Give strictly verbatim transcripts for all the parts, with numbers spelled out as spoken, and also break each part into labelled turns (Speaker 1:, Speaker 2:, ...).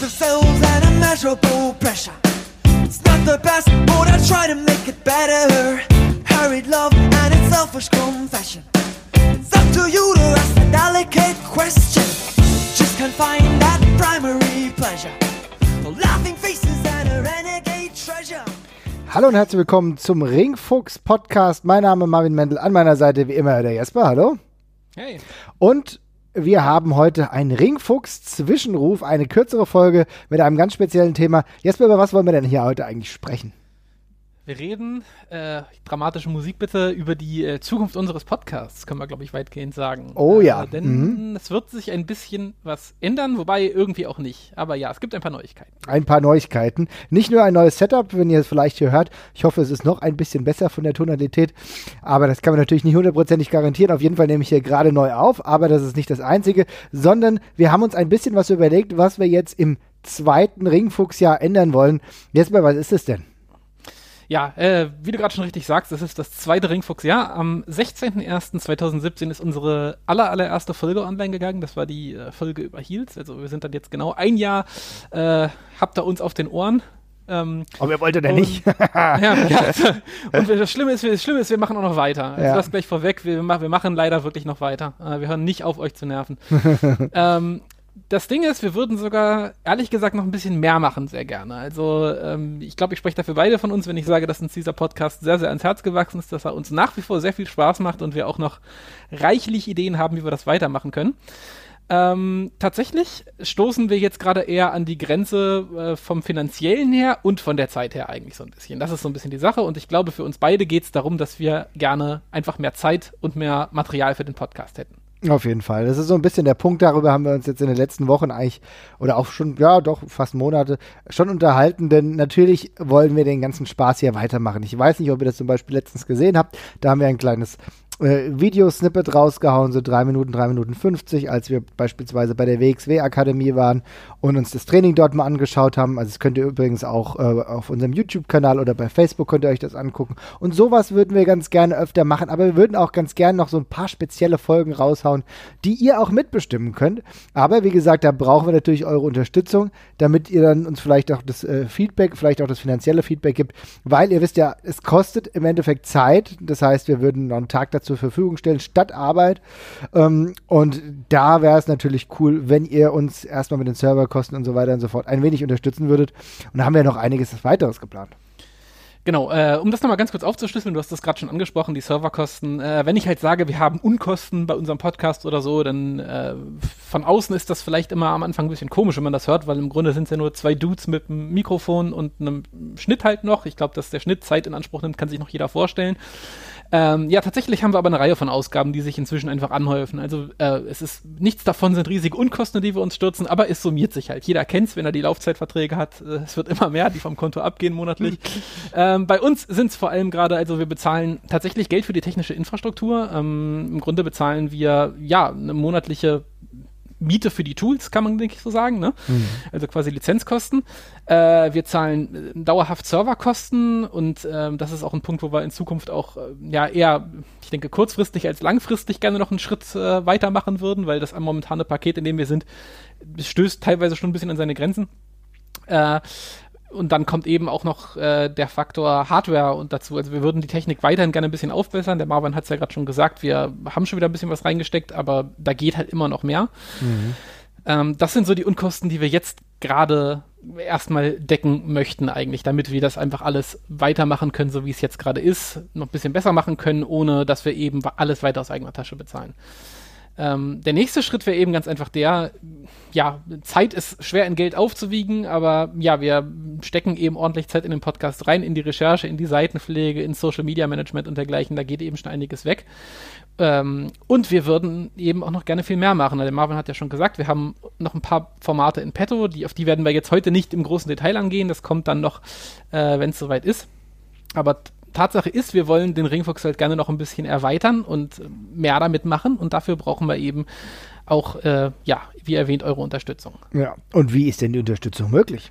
Speaker 1: ourselves an immeasurable pressure. It's not the best, but I try to make it better. Hurried love and its selfish confession. It's up to you to ask the delicate question. Just can't find that primary pleasure. The laughing faces and a renegade treasure.
Speaker 2: Hallo und herzlich willkommen zum Ringfuchs Podcast. Mein Name ist Marvin Mendel, an meiner Seite wie immer der Jesper. Hallo.
Speaker 3: Hey.
Speaker 2: Und wir haben heute einen Ringfuchs-Zwischenruf, eine kürzere Folge mit einem ganz speziellen Thema. Jesper, über was wollen wir denn hier heute eigentlich sprechen?
Speaker 3: Wir reden, äh, dramatische Musik bitte, über die äh, Zukunft unseres Podcasts, können wir, glaube ich, weitgehend sagen.
Speaker 2: Oh ja.
Speaker 3: Äh, denn mhm. es wird sich ein bisschen was ändern, wobei irgendwie auch nicht. Aber ja, es gibt ein paar Neuigkeiten.
Speaker 2: Ein paar Neuigkeiten. Nicht nur ein neues Setup, wenn ihr es vielleicht hier hört. Ich hoffe, es ist noch ein bisschen besser von der Tonalität. Aber das kann man natürlich nicht hundertprozentig garantieren. Auf jeden Fall nehme ich hier gerade neu auf. Aber das ist nicht das Einzige, sondern wir haben uns ein bisschen was überlegt, was wir jetzt im zweiten Ringfuchsjahr ändern wollen. Jesper, was ist es denn?
Speaker 3: Ja, äh, wie du gerade schon richtig sagst, das ist das zweite Ringfuchs-Jahr. Am sechzehnten ersten zweitausendsiebzehn ist unsere aller, allererste Folge online gegangen. Das war die äh, Folge über Heels. Also wir sind dann jetzt genau ein Jahr, äh, habt ihr uns auf den Ohren. Ähm,
Speaker 2: Aber ihr wolltet ja nicht.
Speaker 3: ja, ja, und das Schlimme ist, das Schlimme ist, wir machen auch noch weiter. Also
Speaker 2: ja.
Speaker 3: das gleich vorweg, wir, wir machen leider wirklich noch weiter. Äh, wir hören nicht auf, euch zu nerven. ähm, Das Ding ist, wir würden sogar, ehrlich gesagt, noch ein bisschen mehr machen, sehr gerne. Also ähm, ich glaube, ich spreche dafür beide von uns, wenn ich sage, dass uns dieser Podcast sehr, sehr ans Herz gewachsen ist, dass er uns nach wie vor sehr viel Spaß macht und wir auch noch reichlich Ideen haben, wie wir das weitermachen können. Ähm, tatsächlich stoßen wir jetzt gerade eher an die Grenze äh, vom Finanziellen her und von der Zeit her eigentlich so ein bisschen. Das ist so ein bisschen die Sache und ich glaube, für uns beide geht es darum, dass wir gerne einfach mehr Zeit und mehr Material für den Podcast hätten.
Speaker 2: Auf jeden Fall. Das ist so ein bisschen der Punkt, darüber haben wir uns jetzt in den letzten Wochen eigentlich, oder auch schon, ja doch, fast Monate schon unterhalten, denn natürlich wollen wir den ganzen Spaß hier weitermachen. Ich weiß nicht, ob ihr das zum Beispiel letztens gesehen habt, da haben wir ein kleines äh, Videosnippet rausgehauen, so drei Minuten, drei Minuten fünfzig, als wir beispielsweise bei der W X W-Akademie waren und uns das Training dort mal angeschaut haben. Also das könnt ihr übrigens auch äh, auf unserem YouTube-Kanal oder bei Facebook könnt ihr euch das angucken. Und sowas würden wir ganz gerne öfter machen, aber wir würden auch ganz gerne noch so ein paar spezielle Folgen raushauen, die ihr auch mitbestimmen könnt. Aber wie gesagt, da brauchen wir natürlich eure Unterstützung, damit ihr dann uns vielleicht auch das äh, Feedback, vielleicht auch das finanzielle Feedback gibt, weil ihr wisst ja, es kostet im Endeffekt Zeit. Das heißt, wir würden noch einen Tag dazu zur Verfügung stellen, statt Arbeit. Ähm, und da wäre es natürlich cool, wenn ihr uns erstmal mit den Serverkosten und so weiter und so fort ein wenig unterstützen würdet. Und da haben wir noch einiges weiteres geplant.
Speaker 3: Genau, äh, um das nochmal ganz kurz aufzuschlüsseln, du hast das gerade schon angesprochen, die Serverkosten. Äh, wenn ich halt sage, wir haben Unkosten bei unserem Podcast oder so, dann äh, von außen ist das vielleicht immer am Anfang ein bisschen komisch, wenn man das hört, weil im Grunde sind es ja nur zwei Dudes mit einem Mikrofon und einem Schnitt halt noch. Ich glaube, dass der Schnitt Zeit in Anspruch nimmt, kann sich noch jeder vorstellen. Ähm, ja, tatsächlich haben wir aber eine Reihe von Ausgaben, die sich inzwischen einfach anhäufen. Also äh, es ist, nichts davon sind riesige Unkosten, die wir uns stürzen, aber es summiert sich halt. Jeder kennt's, wenn er die Laufzeitverträge hat. Äh, es wird immer mehr, die vom Konto abgehen monatlich. ähm, bei uns sind es vor allem gerade, also wir bezahlen tatsächlich Geld für die technische Infrastruktur. Ähm, im Grunde bezahlen wir, ja, eine monatliche Miete für die Tools, kann man, denke ich, so sagen, ne? Mhm. Also quasi Lizenzkosten. Äh, wir zahlen äh, dauerhaft Serverkosten und äh, das ist auch ein Punkt, wo wir in Zukunft auch äh, ja eher, ich denke, kurzfristig als langfristig gerne noch einen Schritt äh, weitermachen würden, weil das momentane Paket, in dem wir sind, stößt teilweise schon ein bisschen an seine Grenzen. Äh, Und dann kommt eben auch noch äh, der Faktor Hardware und dazu. Also wir würden die Technik weiterhin gerne ein bisschen aufbessern. Der Marvin hat es ja gerade schon gesagt, wir haben schon wieder ein bisschen was reingesteckt, aber da geht halt immer noch mehr. Mhm. Ähm, das sind so die Unkosten, die wir jetzt gerade erstmal decken möchten eigentlich, damit wir das einfach alles weitermachen können, so wie es jetzt gerade ist, noch ein bisschen besser machen können, ohne dass wir eben alles weiter aus eigener Tasche bezahlen. Ähm, der nächste Schritt wäre eben ganz einfach der, ja, Zeit ist schwer in Geld aufzuwiegen, aber ja, wir stecken eben ordentlich Zeit in den Podcast rein, in die Recherche, in die Seitenpflege, in Social Media Management und dergleichen, da geht eben schon einiges weg. Ähm, und wir würden eben auch noch gerne viel mehr machen. Der Marvin hat ja schon gesagt, wir haben noch ein paar Formate in petto, die, auf die werden wir jetzt heute nicht im großen Detail angehen, das kommt dann noch, äh, wenn es soweit ist. Aber Tatsache ist, wir wollen den Ringfuchs halt gerne noch ein bisschen erweitern und mehr damit machen und dafür brauchen wir eben auch, äh, ja, wie erwähnt, eure Unterstützung.
Speaker 2: Ja, und wie ist denn die Unterstützung möglich?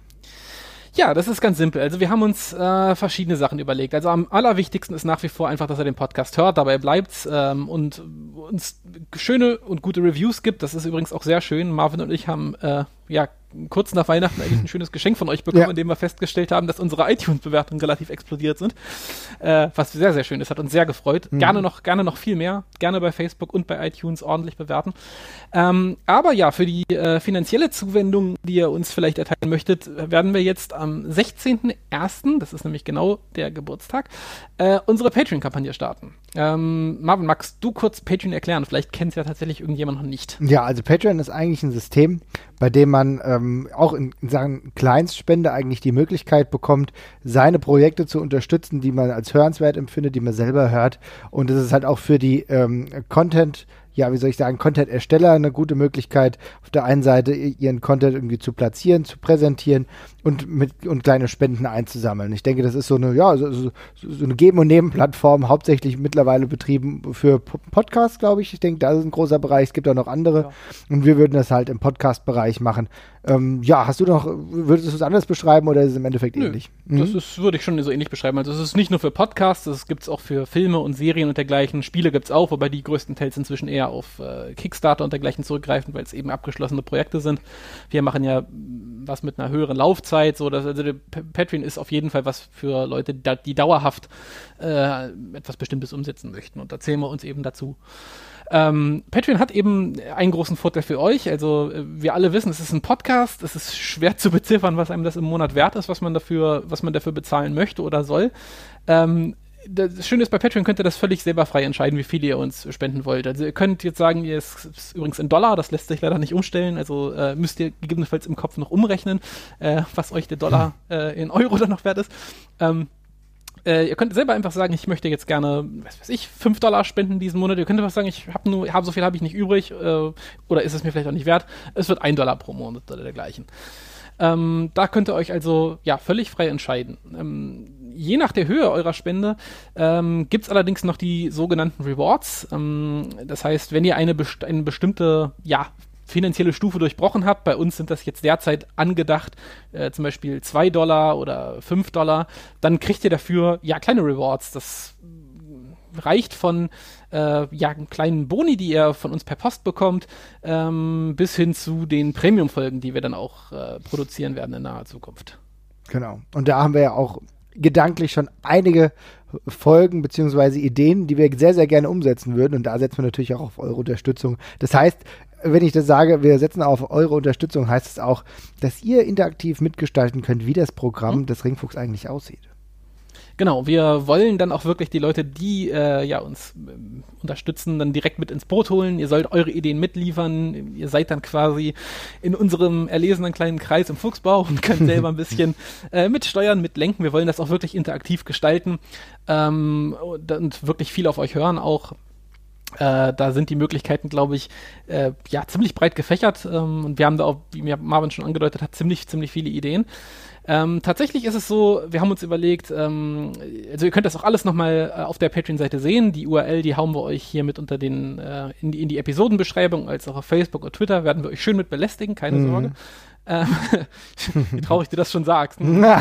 Speaker 3: Ja, das ist ganz simpel. Also wir haben uns äh, verschiedene Sachen überlegt. Also am allerwichtigsten ist nach wie vor einfach, dass er den Podcast hört, dabei bleibt ähm, und uns schöne und gute Reviews gibt. Das ist übrigens auch sehr schön. Marvin und ich haben äh, ja kurz nach Weihnachten eigentlich ein schönes Geschenk von euch bekommen,
Speaker 2: Ja.
Speaker 3: in dem wir festgestellt haben, dass unsere iTunes-Bewertungen relativ explodiert sind. Äh, was sehr, sehr schön ist, hat uns sehr gefreut.
Speaker 2: Mhm.
Speaker 3: Gerne noch, gerne noch viel mehr. Gerne bei Facebook und bei iTunes ordentlich bewerten. Ähm, aber ja, für die äh, finanzielle Zuwendung, die ihr uns vielleicht erteilen möchtet, werden wir jetzt am sechzehnten ersten, das ist nämlich genau der Geburtstag, äh, unsere Patreon-Kampagne starten. Ähm, Marvin, magst du kurz Patreon erklären? Vielleicht kennt es ja tatsächlich irgendjemand noch nicht.
Speaker 2: Ja, also Patreon ist eigentlich ein System, bei dem man ähm, auch in, in Sachen Kleinstspende eigentlich die Möglichkeit bekommt, seine Projekte zu unterstützen, die man als hörenswert empfindet, die man selber hört. Und es ist halt auch für die ähm, Content- ja, wie soll ich sagen, Content-Ersteller eine gute Möglichkeit, auf der einen Seite ihren Content irgendwie zu platzieren, zu präsentieren und mit und kleine Spenden einzusammeln. Ich denke, das ist so eine, ja, so, so, so eine Geben- und Nehmen-Plattform, hauptsächlich mittlerweile betrieben für P- Podcasts, glaube ich. Ich denke, da ist ein großer Bereich, es gibt auch noch andere. Ja. Und wir würden das halt im Podcast-Bereich machen. Ähm, ja, hast du noch, würdest du es anders beschreiben oder ist es im Endeffekt
Speaker 3: Nö,
Speaker 2: ähnlich?
Speaker 3: Das
Speaker 2: Mhm.
Speaker 3: ist, würde ich schon so ähnlich beschreiben. Also es ist nicht nur für Podcasts, das gibt es auch für Filme und Serien und dergleichen. Spiele gibt es auch, wobei die größtenteils inzwischen eher auf äh, Kickstarter und dergleichen zurückgreifen, weil es eben abgeschlossene Projekte sind. Wir machen ja was mit einer höheren Laufzeit, so dass also der P- Patreon ist auf jeden Fall was für Leute, die, die dauerhaft äh, etwas Bestimmtes umsetzen möchten. Und da zählen wir uns eben dazu. Ähm, Patreon hat eben einen großen Vorteil für euch. Also äh, wir alle wissen, es ist ein Podcast. Es ist schwer zu beziffern, was einem das im Monat wert ist, was man dafür, was man dafür bezahlen möchte oder soll. Ähm, das Schöne ist, bei Patreon könnt ihr das völlig selber frei entscheiden, wie viel ihr uns spenden wollt. Also ihr könnt jetzt sagen, ihr ist, ist übrigens in Dollar, das lässt sich leider nicht umstellen, also äh, müsst ihr gegebenenfalls im Kopf noch umrechnen, äh, was euch der Dollar äh, in Euro dann noch wert ist. Ähm, Äh, ihr könnt selber einfach sagen, ich möchte jetzt gerne, was weiß ich, fünf Dollar spenden diesen Monat. Ihr könnt einfach sagen, ich habe nur, hab so viel habe ich nicht übrig, äh, oder ist es mir vielleicht auch nicht wert. Es wird ein Dollar pro Monat oder dergleichen. Ähm, da könnt ihr euch also ja völlig frei entscheiden. Ähm, je nach der Höhe eurer Spende ähm, gibt es allerdings noch die sogenannten Rewards. Ähm, das heißt, wenn ihr eine, best- eine bestimmte, ja, finanzielle Stufe durchbrochen habt. Bei uns sind das jetzt derzeit angedacht, äh, zum Beispiel zwei Dollar oder fünf Dollar. Dann kriegt ihr dafür ja kleine Rewards. Das reicht von äh, ja, kleinen Boni, die ihr von uns per Post bekommt, ähm, bis hin zu den Premium-Folgen, die wir dann auch äh, produzieren werden in naher Zukunft.
Speaker 2: Genau. Und da haben wir ja auch gedanklich schon einige Folgen beziehungsweise Ideen, die wir sehr, sehr gerne umsetzen würden. Und da setzen wir natürlich auch auf eure Unterstützung. Das heißt, wenn ich das sage, wir setzen auf eure Unterstützung, heißt es auch, dass ihr interaktiv mitgestalten könnt, wie das Programm mhm. des Ringfuchs eigentlich aussieht.
Speaker 3: Genau, wir wollen dann auch wirklich die Leute, die äh, ja, uns äh, unterstützen, dann direkt mit ins Boot holen. Ihr sollt eure Ideen mitliefern. Ihr seid dann quasi in unserem erlesenen kleinen Kreis im Fuchsbau und könnt selber ein bisschen äh, mitsteuern, mitlenken. Wir wollen das auch wirklich interaktiv gestalten ähm, und, und wirklich viel auf euch hören auch. Äh, da sind die Möglichkeiten, glaube ich, äh, ja, ziemlich breit gefächert. Ähm, und wir haben da auch, wie mir Marvin schon angedeutet hat, ziemlich, ziemlich viele Ideen. Ähm, tatsächlich ist es so, wir haben uns überlegt, ähm, also ihr könnt das auch alles nochmal äh, auf der Patreon-Seite sehen. Die U R L, die hauen wir euch hier mit unter den, äh, in die, in die Episodenbeschreibung, als auch auf Facebook und Twitter werden wir euch schön mit belästigen, keine mhm. Sorge. Ähm, wie traurig du das schon sagst. Ne?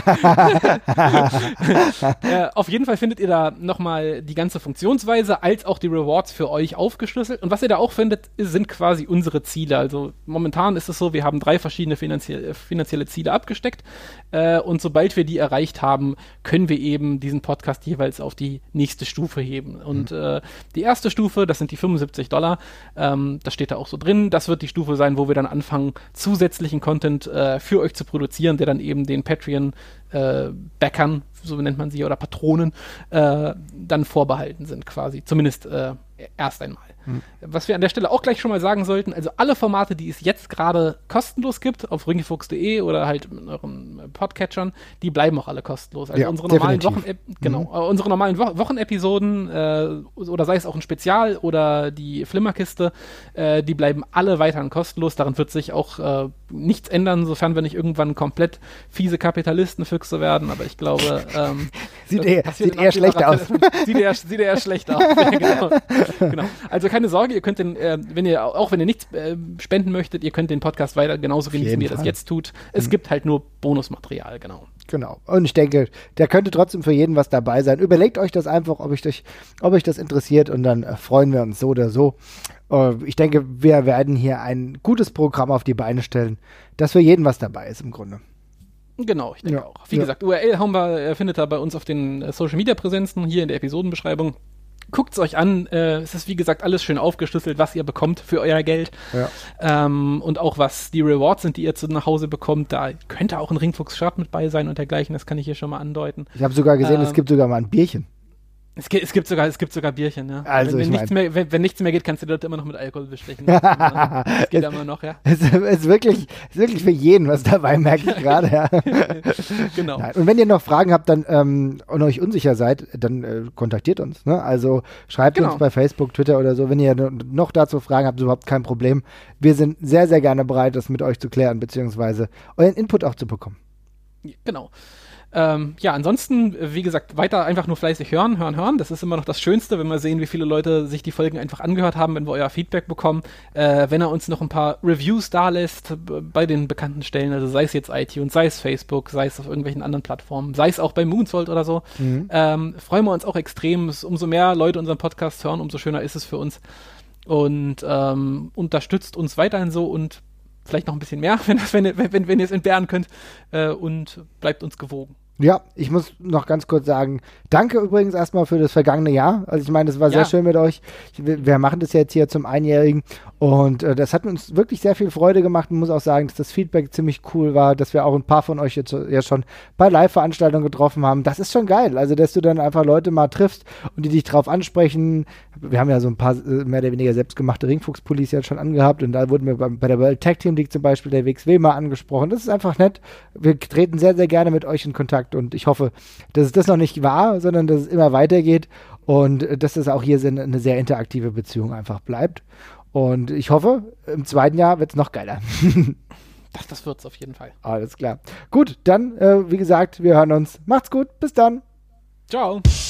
Speaker 3: äh, auf jeden Fall findet ihr da nochmal die ganze Funktionsweise als auch die Rewards für euch aufgeschlüsselt. Und was ihr da auch findet, sind quasi unsere Ziele. Also momentan ist es so, wir haben drei verschiedene finanzie- finanzielle Ziele abgesteckt. Äh, und sobald wir die erreicht haben, können wir eben diesen Podcast jeweils auf die nächste Stufe heben. Und mhm. äh, die erste Stufe, das sind die fünfundsiebzig Dollar. Ähm, das steht da auch so drin. Das wird die Stufe sein, wo wir dann anfangen, zusätzlichen Content für euch zu produzieren, der dann eben den Patreon-Backern, äh, so nennt man sie, oder Patronen, äh, dann vorbehalten sind quasi. Zumindest äh, erst einmal. Hm. Was wir an der Stelle auch gleich schon mal sagen sollten, also alle Formate, die es jetzt gerade kostenlos gibt, auf ringefuchs punkt de oder halt in euren Podcatchern, die bleiben auch alle kostenlos. Also
Speaker 2: ja,
Speaker 3: unsere normalen
Speaker 2: definitiv.
Speaker 3: Wochen, genau, mhm. äh, unsere normalen Wo- Wochenepisoden äh, oder sei es auch ein Spezial oder die Flimmerkiste, äh, die bleiben alle weiterhin kostenlos. Daran wird sich auch äh, nichts ändern, sofern wir nicht irgendwann komplett fiese Kapitalistenfüchse werden, aber ich glaube, ähm,
Speaker 2: sieht eher, sieht eher schlecht aus.
Speaker 3: Sieht eher, sieht eher schlecht aus. Ja, genau. genau. Also keine Sorge, ihr könnt den, äh, wenn ihr, auch wenn ihr nichts äh, spenden möchtet, ihr könnt den Podcast weiter genauso genießen, wie ihr das jetzt tut. Es mhm. gibt halt nur Bonusmaterial, genau.
Speaker 2: Genau. Und ich denke, da könnte trotzdem für jeden was dabei sein. Überlegt euch das einfach, ob euch das, ob euch das interessiert und dann äh, freuen wir uns so oder so. Uh, ich denke, wir werden hier ein gutes Programm auf die Beine stellen, dass für jeden was dabei ist im Grunde.
Speaker 3: Genau, ich denke
Speaker 2: Ja.
Speaker 3: auch. Wie
Speaker 2: Ja.
Speaker 3: gesagt, U R L haben wir, äh, findet ihr bei uns auf den äh, Social-Media-Präsenzen hier in der Episodenbeschreibung. Guckt es euch an. Äh, es ist, wie gesagt, alles schön aufgeschlüsselt, was ihr bekommt für euer Geld.
Speaker 2: Ja.
Speaker 3: Ähm, und auch was die Rewards sind, die ihr zu nach Hause bekommt. Da könnte auch ein Ringfuchs-Shirt mit bei sein und dergleichen. Das kann ich hier schon mal andeuten.
Speaker 2: Ich habe sogar gesehen,
Speaker 3: Ähm,
Speaker 2: es gibt sogar mal ein Bierchen.
Speaker 3: Es gibt, es gibt sogar, es gibt sogar Bierchen, ja.
Speaker 2: Also,
Speaker 3: wenn, wenn,
Speaker 2: ich
Speaker 3: nichts
Speaker 2: mein-
Speaker 3: mehr, wenn, wenn nichts mehr geht, kannst du dort immer noch mit Alkohol bestechen. Das geht immer noch, ja.
Speaker 2: Es ist wirklich, ist wirklich für jeden was dabei, merke ich gerade. Ja.
Speaker 3: Genau.
Speaker 2: Nein. Und wenn ihr noch Fragen habt dann ähm, und euch unsicher seid, dann äh, kontaktiert uns. Ne? Also schreibt
Speaker 3: Genau.
Speaker 2: uns bei Facebook, Twitter oder so. Wenn ihr noch dazu Fragen habt, ist überhaupt kein Problem. Wir sind sehr, sehr gerne bereit, das mit euch zu klären, beziehungsweise euren Input auch zu bekommen.
Speaker 3: Genau. Ähm, ja, ansonsten, wie gesagt, weiter einfach nur fleißig hören, hören, hören. Das ist immer noch das Schönste, wenn wir sehen, wie viele Leute sich die Folgen einfach angehört haben, wenn wir euer Feedback bekommen. Äh, wenn er uns noch ein paar Reviews da lässt b- bei den bekannten Stellen, also sei es jetzt iTunes, sei es Facebook, sei es auf irgendwelchen anderen Plattformen, sei es auch bei Moonsault oder so,
Speaker 2: Mhm.
Speaker 3: ähm, freuen wir uns auch extrem. Es- Umso mehr Leute unseren Podcast hören, umso schöner ist es für uns. Und ähm, unterstützt uns weiterhin so und vielleicht noch ein bisschen mehr, wenn, wenn, wenn, wenn ihr es entbehren könnt. Äh, und bleibt uns gewogen.
Speaker 2: Ja, ich muss noch ganz kurz sagen, danke übrigens erstmal für das vergangene Jahr. Also ich meine, das war sehr
Speaker 3: Ja.
Speaker 2: schön mit euch. Ich, wir wir machen das jetzt hier zum Einjährigen und äh, das hat uns wirklich sehr viel Freude gemacht. Ich muss auch sagen, dass das Feedback ziemlich cool war, dass wir auch ein paar von euch jetzt ja schon bei Live-Veranstaltungen getroffen haben. Das ist schon geil. Also, dass du dann einfach Leute mal triffst und die dich drauf ansprechen. Wir haben ja so ein paar äh, mehr oder weniger selbstgemachte Ringfuchs-Pullis jetzt schon angehabt und da wurden wir bei, bei der World Tag Team League zum Beispiel der W X W mal angesprochen. Das ist einfach nett. Wir treten sehr, sehr gerne mit euch in Kontakt und ich hoffe, dass es das noch nicht war, sondern dass es immer weitergeht und äh, dass es auch hier so eine, eine sehr interaktive Beziehung einfach bleibt. Und ich hoffe, im zweiten Jahr wird es noch geiler.
Speaker 3: Das, das wird's auf jeden Fall.
Speaker 2: Alles klar. Gut, dann, äh, wie gesagt, wir hören uns. Macht's gut, bis dann.
Speaker 3: Ciao.